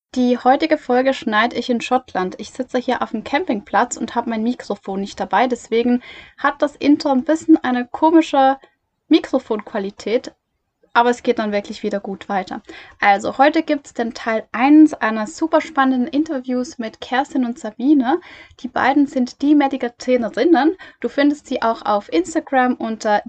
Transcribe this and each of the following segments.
Die heutige Folge schneide ich in Schottland. Ich sitze hier auf dem Campingplatz und habe mein Mikrofon nicht dabei. Deswegen hat das Intro ein bisschen eine komische Mikrofonqualität, aber es geht dann wirklich wieder gut weiter. Also, heute gibt es den Teil 1 einer super spannenden Interviews mit Kerstin und Sabine. Die beiden sind die Medical-Trainerinnen. Du findest sie auch auf Instagram unter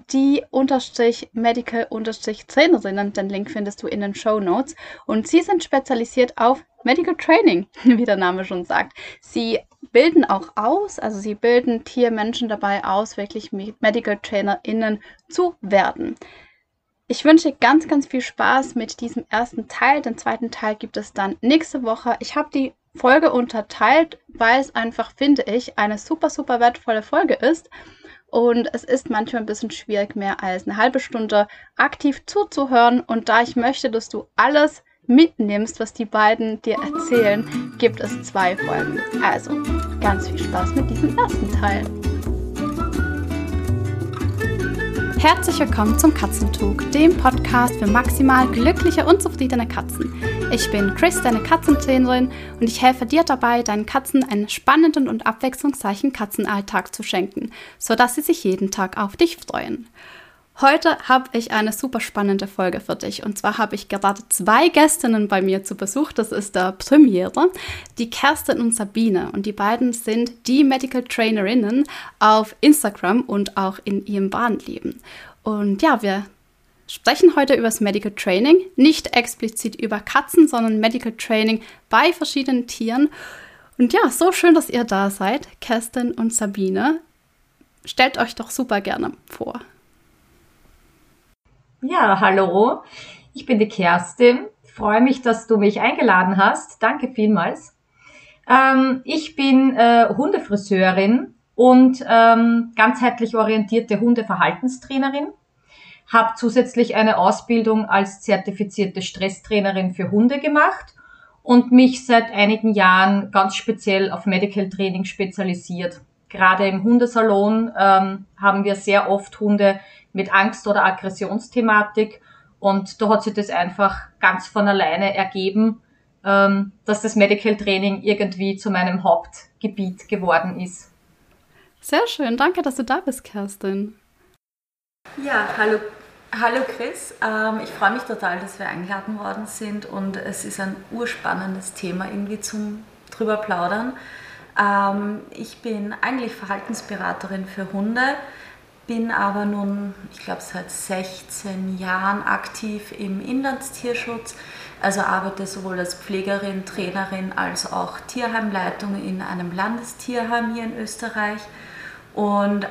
die-medical-trainerinnen. Den Link findest du in den Shownotes. Und sie sind spezialisiert auf Medical Training, wie der Name schon sagt. Sie bilden auch aus, also sie bilden Tiermenschen dabei aus, wirklich Medical TrainerInnen zu werden. Ich wünsche ganz, ganz viel Spaß mit diesem ersten Teil. Den zweiten Teil gibt es dann nächste Woche. Ich habe die Folge unterteilt, weil es einfach, finde ich, eine super, super wertvolle Folge ist. Und es ist manchmal ein bisschen schwierig, mehr als eine halbe Stunde aktiv zuzuhören. Und da ich möchte, dass du alles mitnimmst, was die beiden dir erzählen, gibt es 2 Folgen. Also, ganz viel Spaß mit diesem ersten Teil. Herzlich willkommen zum Katzentalk, dem Podcast für maximal glückliche und zufriedene Katzen. Ich bin Chris, deine Katzentrainerin, und ich helfe dir dabei, deinen Katzen einen spannenden und abwechslungsreichen Katzenalltag zu schenken, sodass sie sich jeden Tag auf dich freuen. Heute habe ich eine super spannende Folge für dich, und zwar habe ich gerade 2 Gästinnen bei mir zu Besuch. Das ist der Premiere, die Kerstin und Sabine, und die beiden sind die Medical Trainerinnen auf Instagram und auch in ihrem wahren Leben. Und ja, wir sprechen heute über das Medical Training, nicht explizit über Katzen, sondern Medical Training bei verschiedenen Tieren. Und ja, so schön, dass ihr da seid, Kerstin und Sabine. Stellt euch doch super gerne vor. Ja, hallo, ich bin die Kerstin. Ich freue mich, dass du mich eingeladen hast. Danke vielmals. Ich bin Hundefriseurin und ganzheitlich orientierte Hundeverhaltenstrainerin. Habe zusätzlich eine Ausbildung als zertifizierte Stresstrainerin für Hunde gemacht und mich seit einigen Jahren ganz speziell auf Medical Training spezialisiert. Gerade im Hundesalon haben wir sehr oft Hunde mit Angst- oder Aggressionsthematik, und da hat sich das einfach ganz von alleine ergeben, dass das Medical Training irgendwie zu meinem Hauptgebiet geworden ist. Sehr schön, danke, dass du da bist, Kerstin. Ja, hallo Chris. Ich freue mich total, dass wir eingeladen worden sind, und es ist ein urspannendes Thema irgendwie zum drüber plaudern. Ich bin eigentlich Verhaltensberaterin für Hunde, bin aber nun, ich glaube, seit 16 Jahren aktiv im Inlandstierschutz, also arbeite sowohl als Pflegerin, Trainerin als auch Tierheimleitung in einem Landestierheim hier in Österreich, und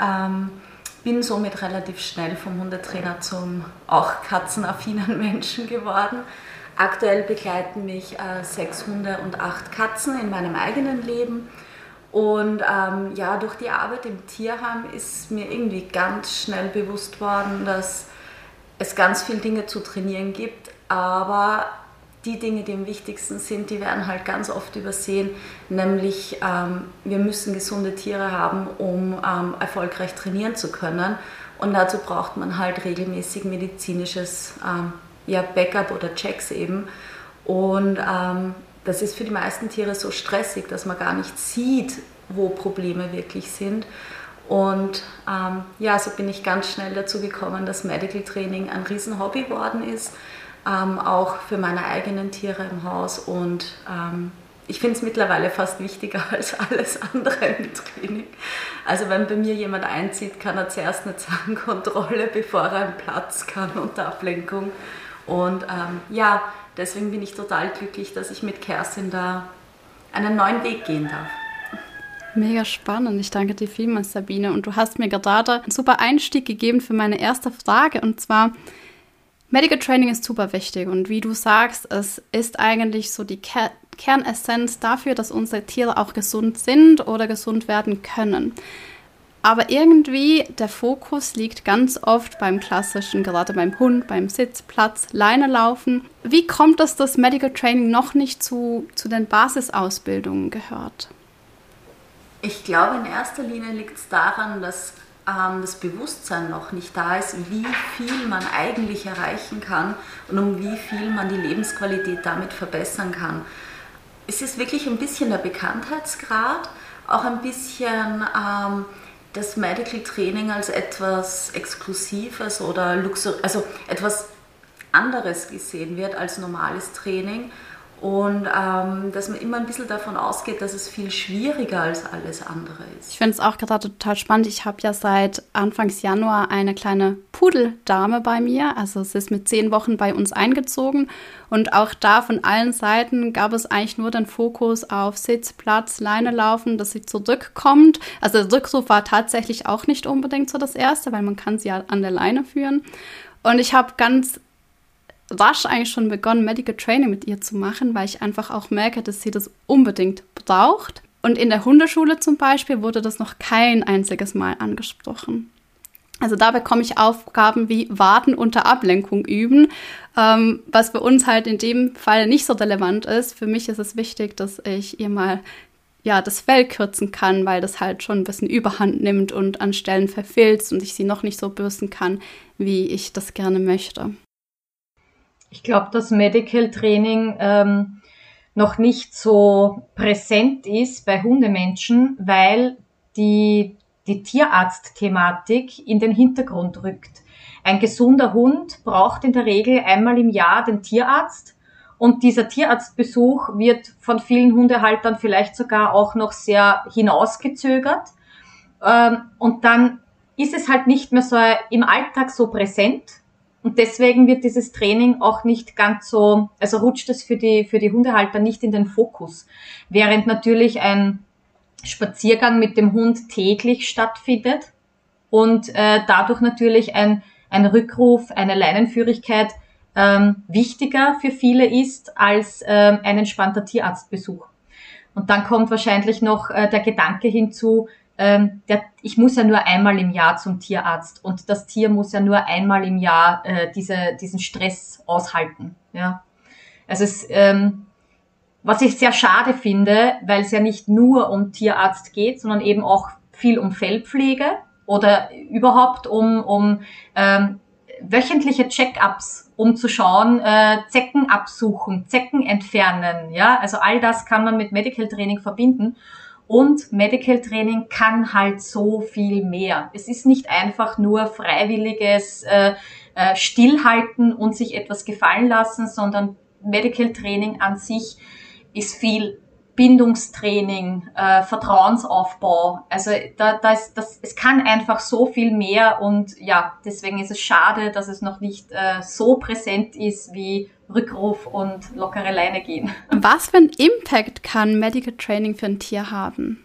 bin somit relativ schnell vom Hundetrainer zum auch katzenaffinen Menschen geworden. Aktuell begleiten mich 6 Hunde und 8 Katzen in meinem eigenen Leben. Und ja, durch die Arbeit im Tierheim ist mir irgendwie ganz schnell bewusst worden, dass es ganz viele Dinge zu trainieren gibt, aber die Dinge, die am wichtigsten sind, die werden halt ganz oft übersehen, nämlich wir müssen gesunde Tiere haben, um erfolgreich trainieren zu können, und dazu braucht man halt regelmäßig medizinisches Backup oder Checks eben, und das ist für die meisten Tiere so stressig, dass man gar nicht sieht, wo Probleme wirklich sind. Und so bin ich ganz schnell dazu gekommen, dass Medical Training ein Riesenhobby geworden ist, auch für meine eigenen Tiere im Haus. Und ich finde es mittlerweile fast wichtiger als alles andere im Training. Also wenn bei mir jemand einzieht, kann er zuerst eine Zahnkontrolle, bevor er einen Platz kann unter Ablenkung. Und deswegen bin ich total glücklich, dass ich mit Kerstin da einen neuen Weg gehen darf. Mega spannend. Ich danke dir vielmals, Sabine. Und du hast mir gerade einen super Einstieg gegeben für meine erste Frage. Und zwar, Medical Training ist super wichtig. Und wie du sagst, es ist eigentlich so die Kernessenz dafür, dass unsere Tiere auch gesund sind oder gesund werden können. Aber irgendwie der Fokus liegt ganz oft beim klassischen, gerade beim Hund, beim Sitzplatz, Leine laufen. Wie kommt es, dass Medical Training noch nicht zu den Basisausbildungen gehört? Ich glaube, in erster Linie liegt es daran, dass das Bewusstsein noch nicht da ist, wie viel man eigentlich erreichen kann und um wie viel man die Lebensqualität damit verbessern kann. es ist wirklich ein bisschen der Bekanntheitsgrad, auch ein bisschen das Medical Training als etwas Exklusives oder also etwas anderes gesehen wird als normales Training. Und dass man immer ein bisschen davon ausgeht, dass es viel schwieriger als alles andere ist. Ich finde es auch gerade total spannend. Ich habe ja seit Anfangs Januar eine kleine Pudeldame bei mir. Also sie ist mit 10 Wochen bei uns eingezogen. Und auch da von allen Seiten gab es eigentlich nur den Fokus auf Sitz, Platz, Leine laufen, dass sie zurückkommt. Also der Rückruf war tatsächlich auch nicht unbedingt so das Erste, weil man kann sie ja an der Leine führen. Und ich habe ganz rasch eigentlich schon begonnen, Medical Training mit ihr zu machen, weil ich einfach auch merke, dass sie das unbedingt braucht. Und in der Hundeschule zum Beispiel wurde das noch kein einziges Mal angesprochen. Also da bekomme ich Aufgaben wie Warten unter Ablenkung üben, was für uns halt in dem Fall nicht so relevant ist. Für mich ist es wichtig, dass ich ihr mal das Fell kürzen kann, weil das halt schon ein bisschen Überhand nimmt und an Stellen verfilzt und ich sie noch nicht so bürsten kann, wie ich das gerne möchte. Ich glaube, dass Medical Training noch nicht so präsent ist bei Hundemenschen, weil die Tierarzt-Thematik in den Hintergrund rückt. Ein gesunder Hund braucht in der Regel einmal im Jahr den Tierarzt und dieser Tierarztbesuch wird von vielen Hundehaltern vielleicht sogar auch noch sehr hinausgezögert. Und dann ist es halt nicht mehr so im Alltag so präsent. Und deswegen wird dieses Training auch nicht ganz so, also rutscht es für die Hundehalter nicht in den Fokus. Während natürlich ein Spaziergang mit dem Hund täglich stattfindet und dadurch natürlich ein Rückruf, eine Leinenführigkeit wichtiger für viele ist als ein entspannter Tierarztbesuch. Und dann kommt wahrscheinlich noch der Gedanke hinzu, ich muss ja nur einmal im Jahr zum Tierarzt und das Tier muss ja nur einmal im Jahr diesen Stress aushalten. Ja. Also was ich sehr schade finde, weil es ja nicht nur um Tierarzt geht, sondern eben auch viel um Fellpflege oder überhaupt um wöchentliche Check-ups, um zu schauen, Zecken absuchen, Zecken entfernen. Ja, also all das kann man mit Medical Training verbinden. Und Medical Training kann halt so viel mehr. Es ist nicht einfach nur freiwilliges Stillhalten und sich etwas gefallen lassen, sondern Medical Training an sich ist viel Bindungstraining, Vertrauensaufbau. Also es kann einfach so viel mehr und ja, deswegen ist es schade, dass es noch nicht so präsent ist wie Rückruf und lockere Leine gehen. Was für einen Impact kann Medical Training für ein Tier haben?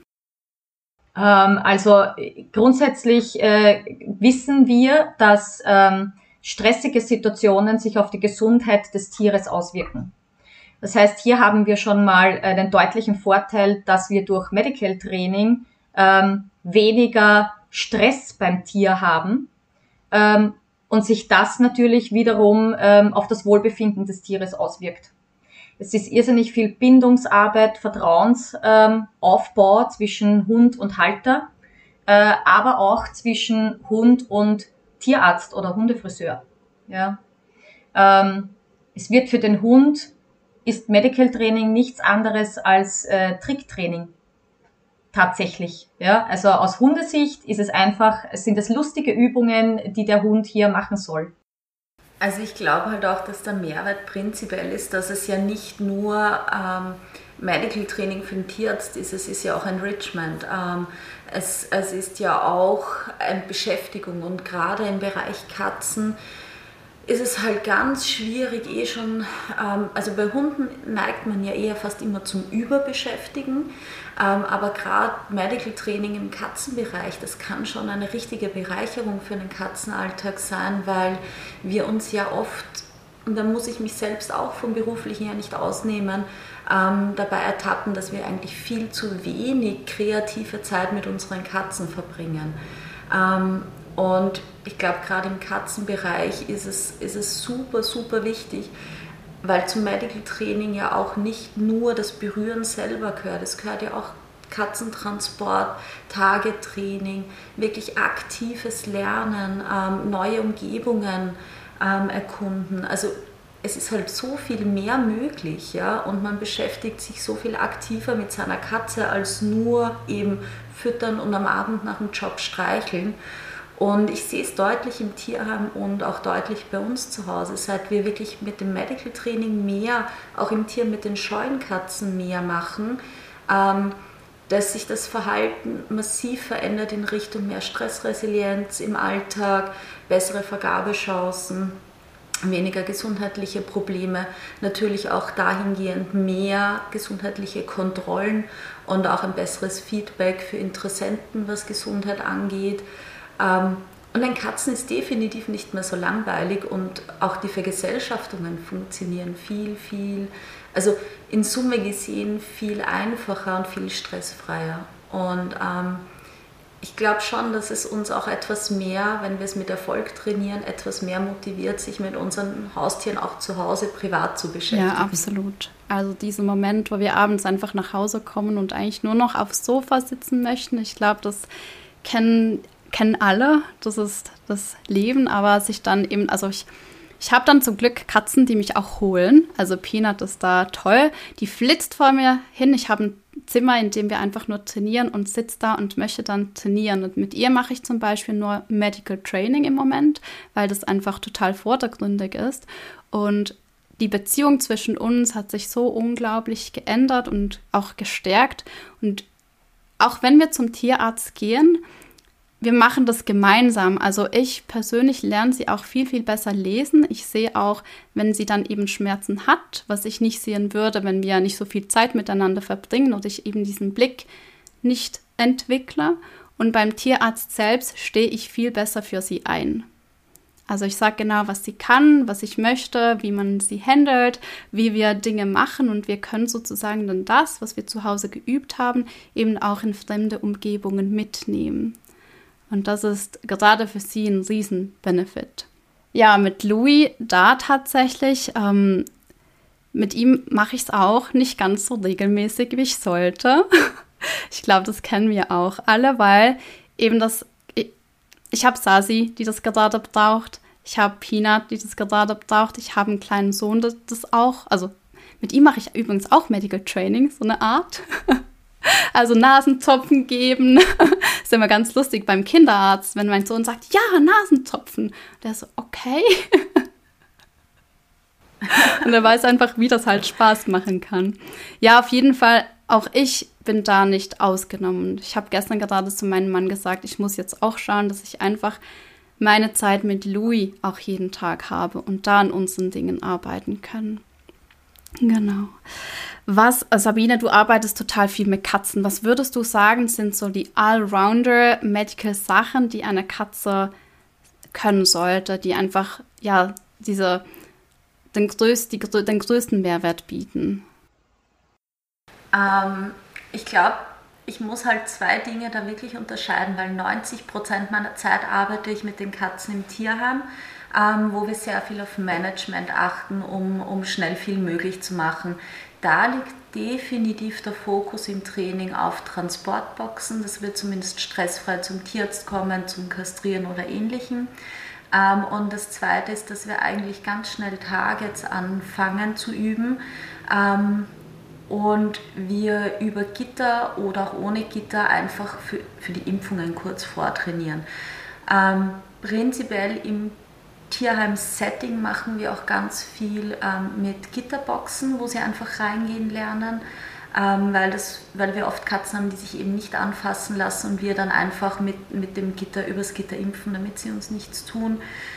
Also grundsätzlich wissen wir, dass stressige Situationen sich auf die Gesundheit des Tieres auswirken. Das heißt, hier haben wir schon mal den deutlichen Vorteil, dass wir durch Medical Training weniger Stress beim Tier haben und sich das natürlich wiederum auf das Wohlbefinden des Tieres auswirkt. Es ist irrsinnig viel Bindungsarbeit, Vertrauensaufbau zwischen Hund und Halter, aber auch zwischen Hund und Tierarzt oder Hundefriseur. Ja. Es wird für den Hund ist Medical Training nichts anderes als Tricktraining. Tatsächlich. Ja. Also aus Hundesicht ist es einfach, sind es lustige Übungen, die der Hund hier machen soll. Also ich glaube halt auch, dass der Mehrwert prinzipiell ist, dass es ja nicht nur Medical Training für den Tierarzt ist, es ist ja auch Enrichment. Es ist ja auch eine Beschäftigung und gerade im Bereich Katzen ist es halt ganz schwierig schon, also bei Hunden neigt man ja eher fast immer zum Überbeschäftigen, aber gerade Medical Training im Katzenbereich, das kann schon eine richtige Bereicherung für den Katzenalltag sein, weil wir uns ja oft, und da muss ich mich selbst auch vom Beruflichen her nicht ausnehmen, dabei ertappen, dass wir eigentlich viel zu wenig kreative Zeit mit unseren Katzen verbringen. Und ich glaube, gerade im Katzenbereich ist es super, super wichtig, weil zum Medical Training ja auch nicht nur das Berühren selber gehört. Es gehört ja auch Katzentransport, Tagetraining, wirklich aktives Lernen, neue Umgebungen erkunden. Also es ist halt so viel mehr möglich, ja, und man beschäftigt sich so viel aktiver mit seiner Katze als nur eben füttern und am Abend nach dem Job streicheln. Und ich sehe es deutlich im Tierheim und auch deutlich bei uns zu Hause, seit wir wirklich mit dem Medical Training mehr, auch im Tier mit den Scheuenkatzen mehr machen, dass sich das Verhalten massiv verändert in Richtung mehr Stressresilienz im Alltag, bessere Vergabechancen, weniger gesundheitliche Probleme, natürlich auch dahingehend mehr gesundheitliche Kontrollen und auch ein besseres Feedback für Interessenten, was Gesundheit angeht. Und den Katzen ist definitiv nicht mehr so langweilig und auch die Vergesellschaftungen funktionieren viel, also in Summe gesehen viel einfacher und viel stressfreier. Und ich glaube schon, dass es uns auch etwas mehr, wenn wir es mit Erfolg trainieren, etwas mehr motiviert, sich mit unseren Haustieren auch zu Hause privat zu beschäftigen. Ja, absolut. Also diesen Moment, wo wir abends einfach nach Hause kommen und eigentlich nur noch aufs Sofa sitzen möchten, ich glaube, das kennen alle, das ist das Leben, aber sich dann eben, also ich habe dann zum Glück Katzen, die mich auch holen. Also Peanut ist da toll. Die flitzt vor mir hin. Ich habe ein Zimmer, in dem wir einfach nur trainieren und sitzt da und möchte dann trainieren. Und mit ihr mache ich zum Beispiel nur Medical Training im Moment, weil das einfach total vordergründig ist. Und die Beziehung zwischen uns hat sich so unglaublich geändert und auch gestärkt. Und auch wenn wir zum Tierarzt gehen, wir machen das gemeinsam. Also ich persönlich lerne sie auch viel besser lesen. Ich sehe auch, wenn sie dann eben Schmerzen hat, was ich nicht sehen würde, wenn wir nicht so viel Zeit miteinander verbringen und ich eben diesen Blick nicht entwickle. Und beim Tierarzt selbst stehe ich viel besser für sie ein. Also ich sage genau, was sie kann, was ich möchte, wie man sie handelt, wie wir Dinge machen und wir können sozusagen dann das, was wir zu Hause geübt haben, eben auch in fremde Umgebungen mitnehmen. Und das ist gerade für sie ein Riesen-Benefit. Ja, mit Louis da tatsächlich, mit ihm mache ich es auch nicht ganz so regelmäßig, wie ich sollte. Ich glaube, das kennen wir auch alle, weil eben ich habe Sasi, die das gerade braucht. Ich habe Peanut, die das gerade braucht. Ich habe einen kleinen Sohn, das auch. Also mit ihm mache ich übrigens auch Medical Training, so eine Art. Also Nasenzopfen geben. Ist immer ganz lustig beim Kinderarzt, wenn mein Sohn sagt, ja, Nasenzopfen. Der so, okay. Und er weiß einfach, wie das halt Spaß machen kann. Ja, auf jeden Fall, auch ich bin da nicht ausgenommen. Ich habe gestern gerade zu meinem Mann gesagt, ich muss jetzt auch schauen, dass ich einfach meine Zeit mit Louis auch jeden Tag habe und da an unseren Dingen arbeiten kann. Genau. Sabine, du arbeitest total viel mit Katzen. Was würdest du sagen, sind so die Allrounder-Medical-Sachen, die eine Katze können sollte, die einfach ja den größten Mehrwert bieten? Ich glaube, ich muss halt zwei Dinge da wirklich unterscheiden, weil 90% meiner Zeit arbeite ich mit den Katzen im Tierheim, wo wir sehr viel auf Management achten, um schnell viel möglich zu machen. Da liegt definitiv der Fokus im Training auf Transportboxen, dass wir zumindest stressfrei zum Tierarzt kommen, zum Kastrieren oder Ähnlichem. Und das Zweite ist, dass wir eigentlich ganz schnell Targets anfangen zu üben und wir über Gitter oder auch ohne Gitter einfach für die Impfungen kurz vortrainieren. Prinzipiell im Tierheim-Setting machen wir auch ganz viel mit Gitterboxen, wo sie einfach reingehen lernen, weil wir oft Katzen haben, die sich eben nicht anfassen lassen und wir dann einfach mit dem Gitter übers Gitter impfen, damit sie uns nichts tun.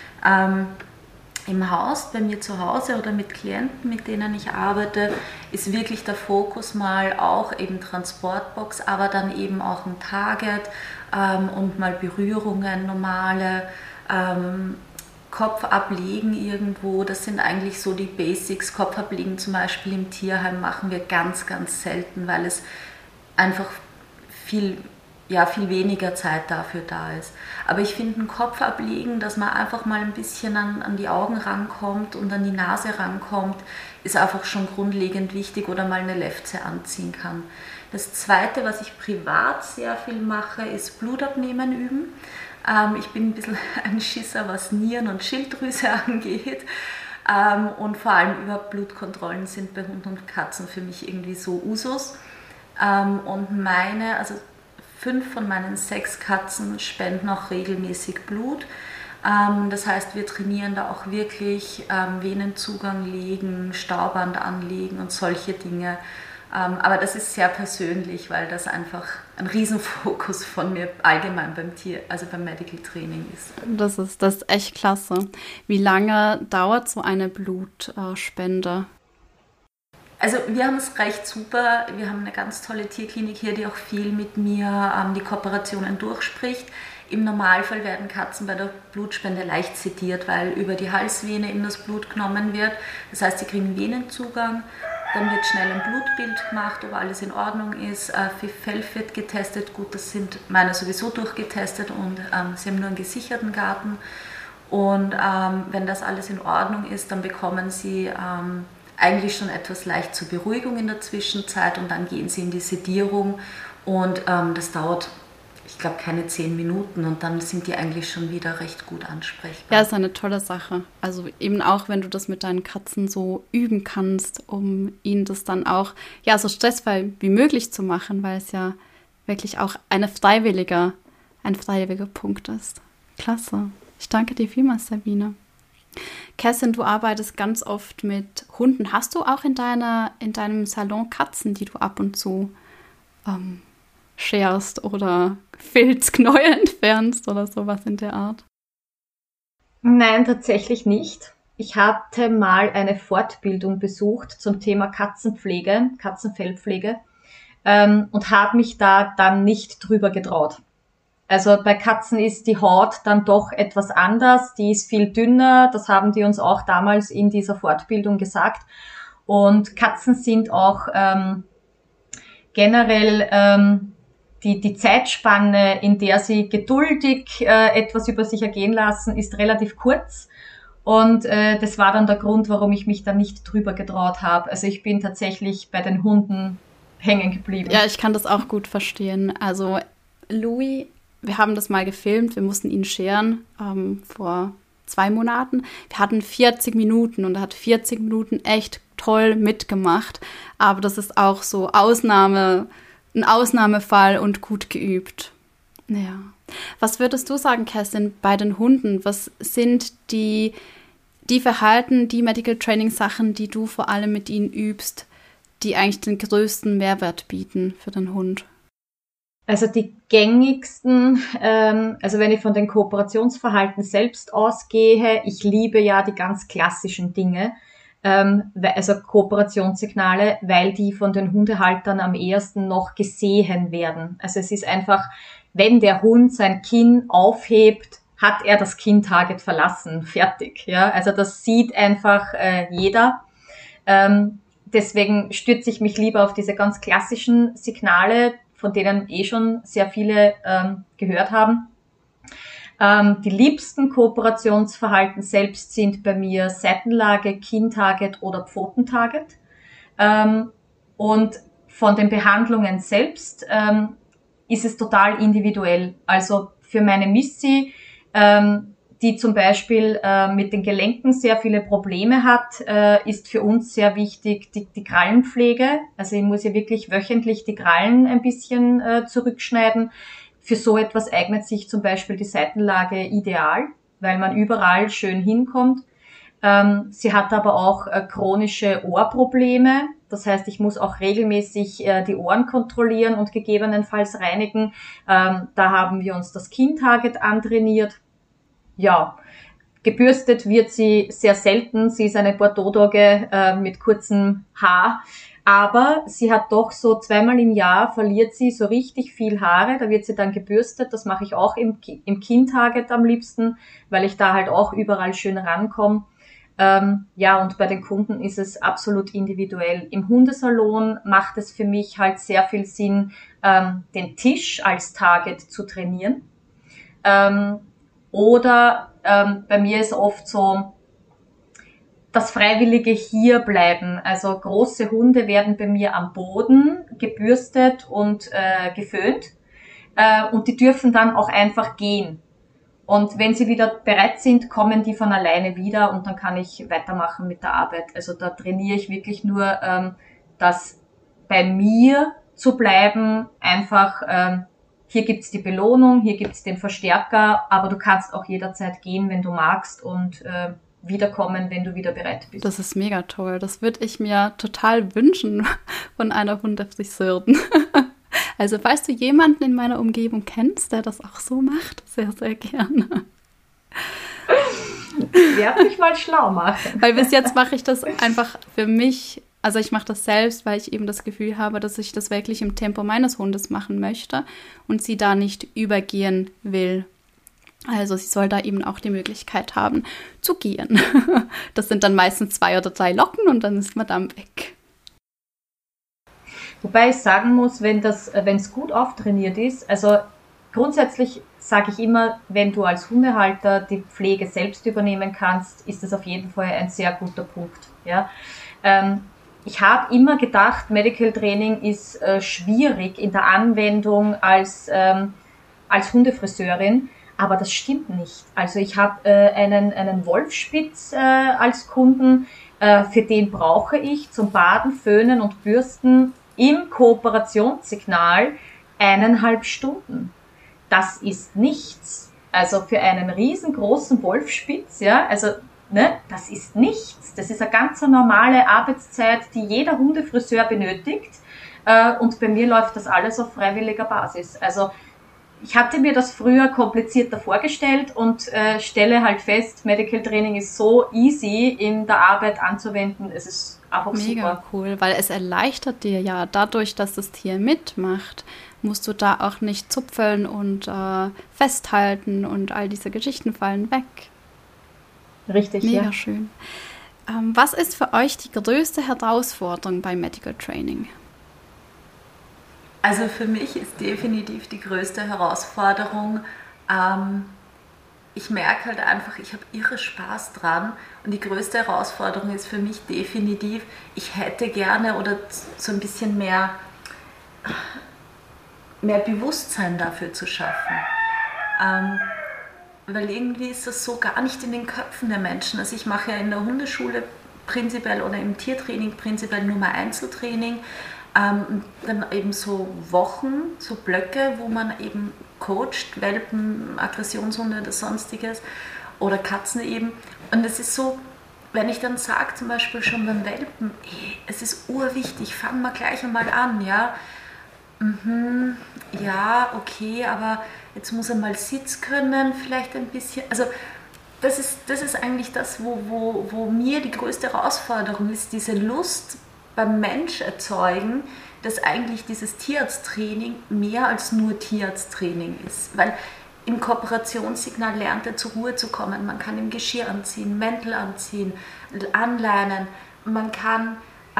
Im Haus, bei mir zu Hause oder mit Klienten, mit denen ich arbeite, ist wirklich der Fokus mal auch eben Transportbox, aber dann eben auch ein Target und mal Berührungen, normale Kopf ablegen irgendwo, das sind eigentlich so die Basics. Kopf ablegen zum Beispiel im Tierheim machen wir ganz selten, weil es einfach viel weniger Zeit dafür da ist. Aber ich finde einen Kopf ablegen, dass man einfach mal ein bisschen an die Augen rankommt und an die Nase rankommt, ist einfach schon grundlegend wichtig, oder mal eine Lefze anziehen kann. Das Zweite, was ich privat sehr viel mache, ist Blutabnehmen üben. Ich bin ein bisschen ein Schisser, was Nieren und Schilddrüse angeht. Und vor allem über Blutkontrollen sind bei Hunden und Katzen für mich irgendwie so Usus. Und also 5 von meinen 6 Katzen spenden auch regelmäßig Blut. Das heißt, wir trainieren da auch wirklich Venenzugang legen, Stauband anlegen und solche Dinge. Aber das ist sehr persönlich, weil das einfach ein Riesenfokus von mir allgemein beim Medical Training ist. Das ist echt klasse. Wie lange dauert so eine Blutspende? Also wir haben es recht super. Wir haben eine ganz tolle Tierklinik hier, die auch viel mit mir die Kooperationen durchspricht. Im Normalfall werden Katzen bei der Blutspende leicht sediert, weil über die Halsvene in das Blut genommen wird. Das heißt, sie kriegen Venenzugang. Dann wird schnell ein Blutbild gemacht, ob alles in Ordnung ist. Fellfett wird getestet. Gut, das sind meine sowieso durchgetestet und sie haben nur einen gesicherten Garten. Und wenn das alles in Ordnung ist, dann bekommen sie eigentlich schon etwas leicht zur Beruhigung in der Zwischenzeit und dann gehen sie in die Sedierung und das dauert, ich glaube, keine 10 Minuten und dann sind die eigentlich schon wieder recht gut ansprechbar. Ja, ist eine tolle Sache. Also eben auch, wenn du das mit deinen Katzen so üben kannst, um ihnen das dann auch so stressfrei wie möglich zu machen, weil es ja wirklich auch ein freiwilliger Punkt ist. Klasse. Ich danke dir vielmals, Sabine. Kerstin, du arbeitest ganz oft mit Hunden. Hast du auch in deinem Salon Katzen, die du ab und zu scherst oder Filzknäuel entfernst oder sowas in der Art? Nein, tatsächlich nicht. Ich hatte mal eine Fortbildung besucht zum Thema Katzenpflege, Katzenfellpflege und habe mich da dann nicht drüber getraut. Also bei Katzen ist die Haut dann doch etwas anders, die ist viel dünner, das haben die uns auch damals in dieser Fortbildung gesagt. Und Katzen sind auch generell die Zeitspanne, in der sie geduldig etwas über sich ergehen lassen, ist relativ kurz. Und das war dann der Grund, warum ich mich da nicht drüber getraut habe. Also ich bin tatsächlich bei den Hunden hängen geblieben. Ja, ich kann das auch gut verstehen. Also Louis, wir haben das mal gefilmt, wir mussten ihn scheren vor 2 Monaten. Wir hatten 40 Minuten und er hat 40 Minuten echt toll mitgemacht. Aber das ist auch so ein Ausnahmefall und gut geübt. Ja. Was würdest du sagen, Kerstin, bei den Hunden? Was sind die Verhalten, die Medical Training Sachen, die du vor allem mit ihnen übst, die eigentlich den größten Mehrwert bieten für den Hund? Also die gängigsten, also wenn ich von den Kooperationsverhalten selbst ausgehe, ich liebe ja die ganz klassischen Dinge, also Kooperationssignale, weil die von den Hundehaltern am ehesten noch gesehen werden. Also es ist einfach, wenn der Hund sein Kinn aufhebt, hat er das Kinntarget verlassen, fertig. Ja, also das sieht einfach jeder. Deswegen stütze ich mich lieber auf diese ganz klassischen Signale, von denen schon sehr viele gehört haben. Die liebsten Kooperationsverhalten selbst sind bei mir Seitenlage, Kinntarget oder Pfotentarget. Und von den Behandlungen selbst ist es total individuell. Also für meine Missy, die zum Beispiel mit den Gelenken sehr viele Probleme hat, ist für uns sehr wichtig die Krallenpflege. Also ich muss ja wirklich wöchentlich die Krallen ein bisschen zurückschneiden. Für so etwas eignet sich zum Beispiel die Seitenlage ideal, weil man überall schön hinkommt. Sie hat aber auch chronische Ohrprobleme. Das heißt, ich muss auch regelmäßig die Ohren kontrollieren und gegebenenfalls reinigen. Da haben wir uns das Kinntarget antrainiert. Ja, gebürstet wird sie sehr selten. Sie ist eine Bordeaux-Dogge mit kurzem Haar. Aber sie hat doch so 2-mal im Jahr verliert sie so richtig viel Haare. Da wird sie dann gebürstet. Das mache ich auch im Kinntarget am liebsten, weil ich da halt auch überall schön rankomme. Ja, und bei den Kunden ist es absolut individuell. Im Hundesalon macht es für mich halt sehr viel Sinn, den Tisch als Target zu trainieren. Oder bei mir ist oft so das freiwillige Hierbleiben. Also große Hunde werden bei mir am Boden gebürstet und geföhnt und die dürfen dann auch einfach gehen. Und wenn sie wieder bereit sind, kommen die von alleine wieder und dann kann ich weitermachen mit der Arbeit. Also da trainiere ich wirklich nur, das bei mir zu bleiben, einfach hier gibt's die Belohnung, hier gibt's den Verstärker, aber du kannst auch jederzeit gehen, wenn du magst und wiederkommen, wenn du wieder bereit bist. Das ist mega toll. Das würde ich mir total wünschen von einer Hundefriseurin. Also falls du jemanden in meiner Umgebung kennst, der das auch so macht, sehr, sehr gerne. Ich werde mich mal schlau machen. Weil bis jetzt mache ich das einfach für mich, also ich mache das selbst, weil ich eben das Gefühl habe, dass ich das wirklich im Tempo meines Hundes machen möchte und sie da nicht übergehen will. Also sie soll da eben auch die Möglichkeit haben, zu gehen. Das sind dann meistens 2 oder 3 Locken und dann ist Madame weg. Wobei ich sagen muss, wenn es gut auftrainiert ist, also grundsätzlich sage ich immer, wenn du als Hundehalter die Pflege selbst übernehmen kannst, ist das auf jeden Fall ein sehr guter Punkt. Ja? Ich habe immer gedacht, Medical Training ist schwierig in der Anwendung als Hundefriseurin, aber das stimmt nicht. Also ich habe einen Wolfspitz als Kunden, für den brauche ich zum Baden, Föhnen und Bürsten im Kooperationssignal 1,5 Stunden. Das ist nichts. Also für einen riesengroßen Wolfspitz, ja, also, ne, das ist nichts. Das ist eine ganz normale Arbeitszeit, die jeder Hundefriseur benötigt. Und bei mir läuft das alles auf freiwilliger Basis. Also, ich hatte mir das früher komplizierter vorgestellt und stelle halt fest, Medical Training ist so easy in der Arbeit anzuwenden. Es ist einfach mega super. Cool, weil es erleichtert dir ja dadurch, dass das Tier mitmacht, musst du da auch nicht zupfeln und festhalten und all diese Geschichten fallen weg. Richtig, mega ja. Schön. Was ist für euch die größte Herausforderung beim Medical Training? Also für mich ist definitiv die größte Herausforderung, ich merke halt einfach, ich habe irre Spaß dran und die größte Herausforderung ist für mich definitiv, ich hätte gerne oder so ein bisschen mehr Bewusstsein dafür zu schaffen. Weil irgendwie ist das so gar nicht in den Köpfen der Menschen. Also ich mache ja in der Hundeschule prinzipiell oder im Tiertraining prinzipiell nur mal Einzeltraining. Dann eben so Wochen, so Blöcke, wo man eben coacht, Welpen, Aggressionshunde oder sonstiges oder Katzen eben. Und es ist so, wenn ich dann sage, zum Beispiel schon beim Welpen, hey, es ist urwichtig, fangen wir gleich einmal an, ja. Ja, okay, aber jetzt muss er mal Sitz können, vielleicht ein bisschen. Also das ist eigentlich das, wo mir die größte Herausforderung ist, diese Lust beim Mensch erzeugen, dass eigentlich dieses Tierarzttraining mehr als nur Tierarzttraining ist. Weil im Kooperationssignal lernt er zur Ruhe zu kommen. Man kann ihm Geschirr anziehen, Mäntel anziehen, anleinen. Man kann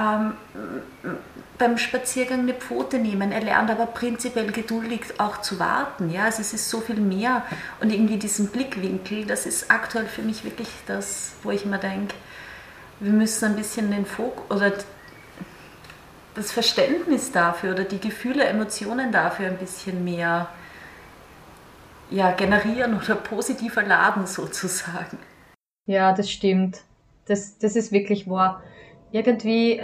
beim Spaziergang eine Pfote nehmen. Er lernt aber prinzipiell geduldig auch zu warten. Ja? Also es ist so viel mehr. Und irgendwie diesen Blickwinkel, das ist aktuell für mich wirklich das, wo ich mir denke, wir müssen ein bisschen den Fokus oder das Verständnis dafür oder die Gefühle, Emotionen dafür ein bisschen mehr generieren oder positiver laden sozusagen. Ja, das stimmt. Das ist wirklich wahr. Irgendwie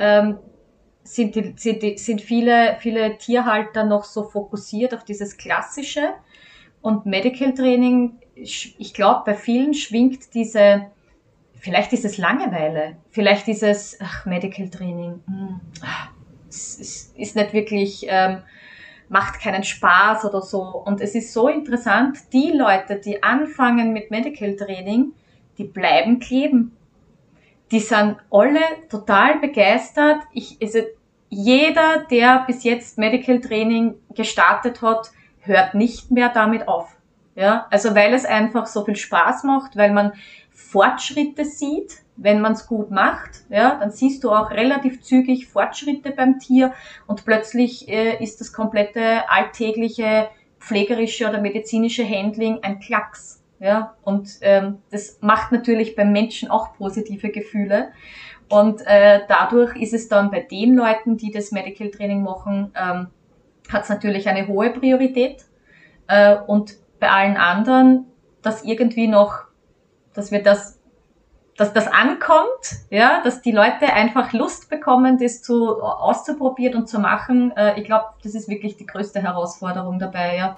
sind viele Tierhalter noch so fokussiert auf dieses Klassische und Medical Training, ich glaube, bei vielen schwingt vielleicht ist es Langeweile, vielleicht ist es, Medical Training, es ist nicht wirklich, macht keinen Spaß oder so. Und es ist so interessant, die Leute, die anfangen mit Medical Training, die bleiben kleben. Die sind alle total begeistert. Jeder, der bis jetzt Medical Training gestartet hat, hört nicht mehr damit auf. Ja, also weil es einfach so viel Spaß macht, weil man Fortschritte sieht, wenn man es gut macht, ja, dann siehst du auch relativ zügig Fortschritte beim Tier und plötzlich ist das komplette alltägliche pflegerische oder medizinische Handling ein Klacks. Ja, und das macht natürlich beim Menschen auch positive Gefühle. Und dadurch ist es dann bei den Leuten, die das Medical Training machen, hat es natürlich eine hohe Priorität. Und bei allen anderen dass irgendwie noch, dass das ankommt, ja, dass die Leute einfach Lust bekommen, das auszuprobieren und zu machen. Ich glaube, das ist wirklich die größte Herausforderung dabei, ja.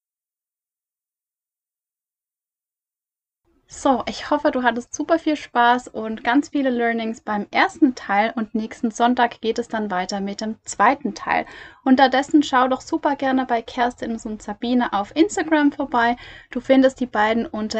So, ich hoffe, du hattest super viel Spaß und ganz viele Learnings beim ersten Teil und nächsten Sonntag geht es dann weiter mit dem zweiten Teil. Unterdessen schau doch super gerne bei Kerstin und Sabine auf Instagram vorbei. Du findest die beiden unter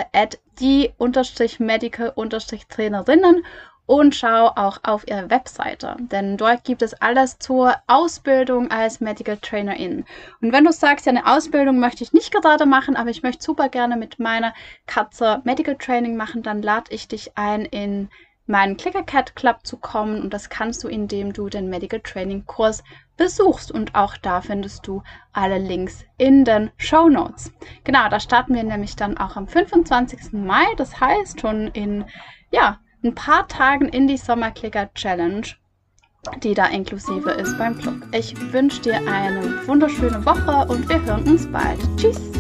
@die_medical_trainerinnen und schau auch auf ihre Webseite, denn dort gibt es alles zur Ausbildung als Medical Trainerin. Und wenn du sagst, ja, eine Ausbildung möchte ich nicht gerade machen, aber ich möchte super gerne mit meiner Katze Medical Training machen, dann lade ich dich ein, in meinen Clicker Cat Club zu kommen und das kannst du, indem du den Medical Training Kurs besuchst und auch da findest du alle Links in den Shownotes. Genau, da starten wir nämlich dann auch am 25. Mai, das heißt schon in, ein paar Tagen in die Sommerclicker Challenge, die da inklusive ist beim Club. Ich wünsche dir eine wunderschöne Woche und wir hören uns bald. Tschüss!